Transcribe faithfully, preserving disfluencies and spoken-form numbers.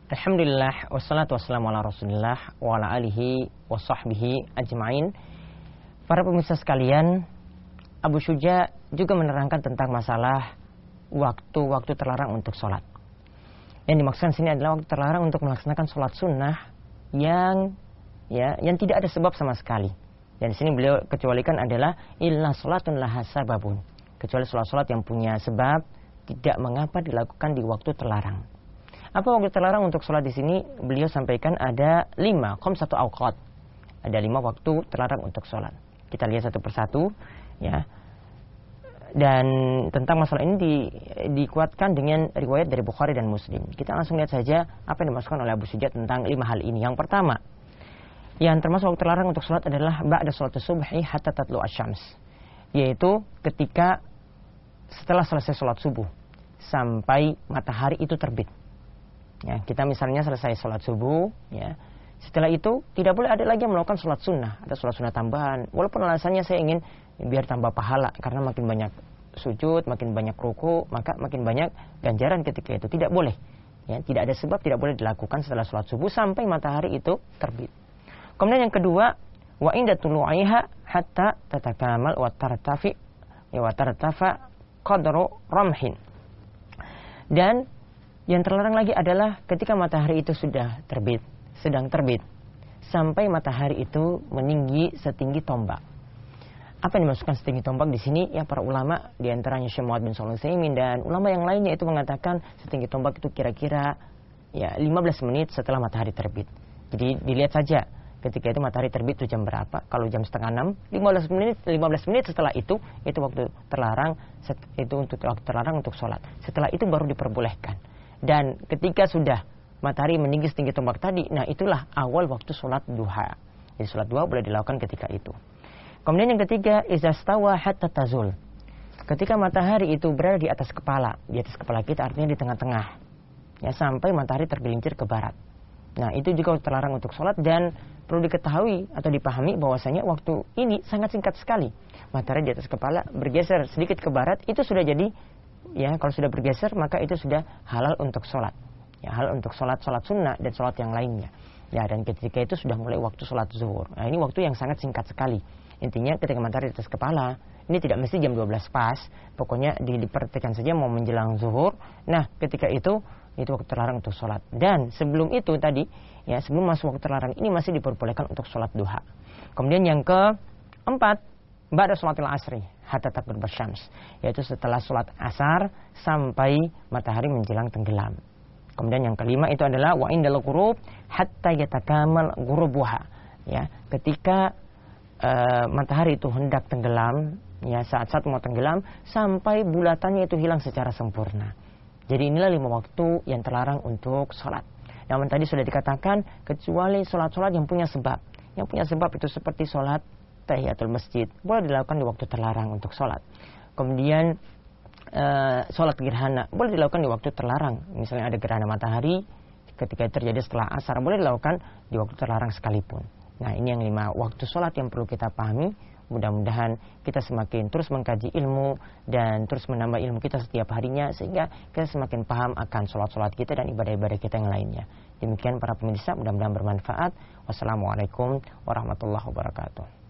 Alhamdulillah, wassalatu wassalamu ala rasulillah wa ala alihi wa sahbihi ajma'in. Para pemirsa sekalian, Abu Syuja juga menerangkan tentang masalah waktu-waktu terlarang untuk sholat. Yang dimaksudkan sini adalah waktu terlarang untuk melaksanakan sholat sunnah yang ya yang tidak ada sebab sama sekali. Dan di sini beliau kecualikan adalah illa sholatun laha sababun. Kecuali sholat-sholat yang punya sebab, tidak mengapa dilakukan di waktu terlarang. Apa waktu terlarang untuk sholat di sini? Beliau sampaikan ada lima, khamsatu awqat. Ada lima waktu terlarang untuk sholat. Kita lihat satu persatu, ya. Dan tentang masalah ini di, dikuatkan dengan riwayat dari Bukhari dan Muslim. Kita langsung lihat saja apa yang dimasukkan oleh Abu Syuja tentang lima hal ini. Yang pertama, yang termasuk waktu terlarang untuk sholat adalah ba'da sholat subhi hatta tatlu asyams, yaitu ketika setelah selesai sholat subuh sampai matahari itu terbit. Ya, kita misalnya selesai sholat subuh, ya, setelah itu tidak boleh ada lagi yang melakukan sholat sunnah, ada sholat sunnah tambahan. Walaupun alasannya saya ingin biar tambah pahala, karena makin banyak sujud, makin banyak ruku, maka makin banyak ganjaran ketika itu. Tidak boleh, ya, tidak ada sebab, tidak boleh dilakukan setelah sholat subuh sampai matahari itu terbit. Kemudian yang kedua, wa inda tulu'iha hatta tatakamal wa tartafi wa tartafa qadru ramhin. Dan yang terlarang lagi adalah ketika matahari itu sudah terbit, sedang terbit, sampai matahari itu meninggi setinggi tombak. Apa yang dimaksudkan setinggi tombak di sini? Ya, para ulama, diantaranya Syekh Muhammad bin Shalih Al-Utsaimin dan ulama yang lainnya itu mengatakan setinggi tombak itu kira-kira ya lima belas menit setelah matahari terbit. Jadi dilihat saja ketika itu matahari terbit itu jam berapa. Kalau jam setengah enam, lima belas menit, lima belas menit setelah itu, itu waktu terlarang, itu untuk waktu terlarang untuk sholat. Setelah itu baru diperbolehkan. Dan ketika sudah matahari meninggi setinggi tombak tadi, nah itulah awal waktu sholat duha. Jadi sholat duha boleh dilakukan ketika itu. Kemudian yang ketiga, iza stawa hatta tazul. Ketika matahari itu berada di atas kepala, di atas kepala kita artinya di tengah-tengah, ya, sampai matahari tergelincir ke barat. Nah, itu juga terlarang untuk sholat dan perlu diketahui atau dipahami bahwasanya waktu ini sangat singkat sekali. Matahari di atas kepala bergeser sedikit ke barat, itu sudah jadi, ya, kalau sudah bergeser maka itu sudah halal untuk sholat. Ya, halal untuk sholat, sholat sunnah dan sholat yang lainnya. Ya, dan ketika itu sudah mulai waktu sholat zuhur. Nah, ini waktu yang sangat singkat sekali. Intinya ketika matahari di atas kepala, ini tidak mesti jam dua belas pas. Pokoknya diperhatikan saja mau menjelang zuhur. Nah, ketika itu itu waktu terlarang untuk sholat. Dan sebelum itu tadi, ya, sebelum masuk waktu terlarang ini masih diperbolehkan untuk sholat duha. Kemudian yang keempat, ba'da sholatil asri hatta takbir bersyams, yaitu setelah sholat asar sampai matahari menjelang tenggelam. Kemudian yang kelima itu adalah wa indal ghurub hatta yatakamal ghurubuha, ya, ketika uh, matahari itu hendak tenggelam, ya, saat-saat mau tenggelam sampai bulatannya itu hilang secara sempurna. Jadi inilah lima waktu yang terlarang untuk sholat. Namun tadi sudah dikatakan kecuali sholat-sholat yang punya sebab. Yang punya sebab itu seperti sholat tahiyatul masjid, boleh dilakukan di waktu terlarang untuk sholat. Kemudian uh, sholat gerhana boleh dilakukan di waktu terlarang. Misalnya ada gerhana matahari, ketika terjadi setelah asar, boleh dilakukan di waktu terlarang sekalipun. Nah, ini yang lima waktu sholat yang perlu kita pahami. Mudah-mudahan kita semakin terus mengkaji ilmu dan terus menambah ilmu kita setiap harinya, sehingga kita semakin paham akan sholat-sholat kita dan ibadah-ibadah kita yang lainnya. Demikian para pemirsa, mudah-mudahan bermanfaat. Wassalamualaikum warahmatullahi wabarakatuh.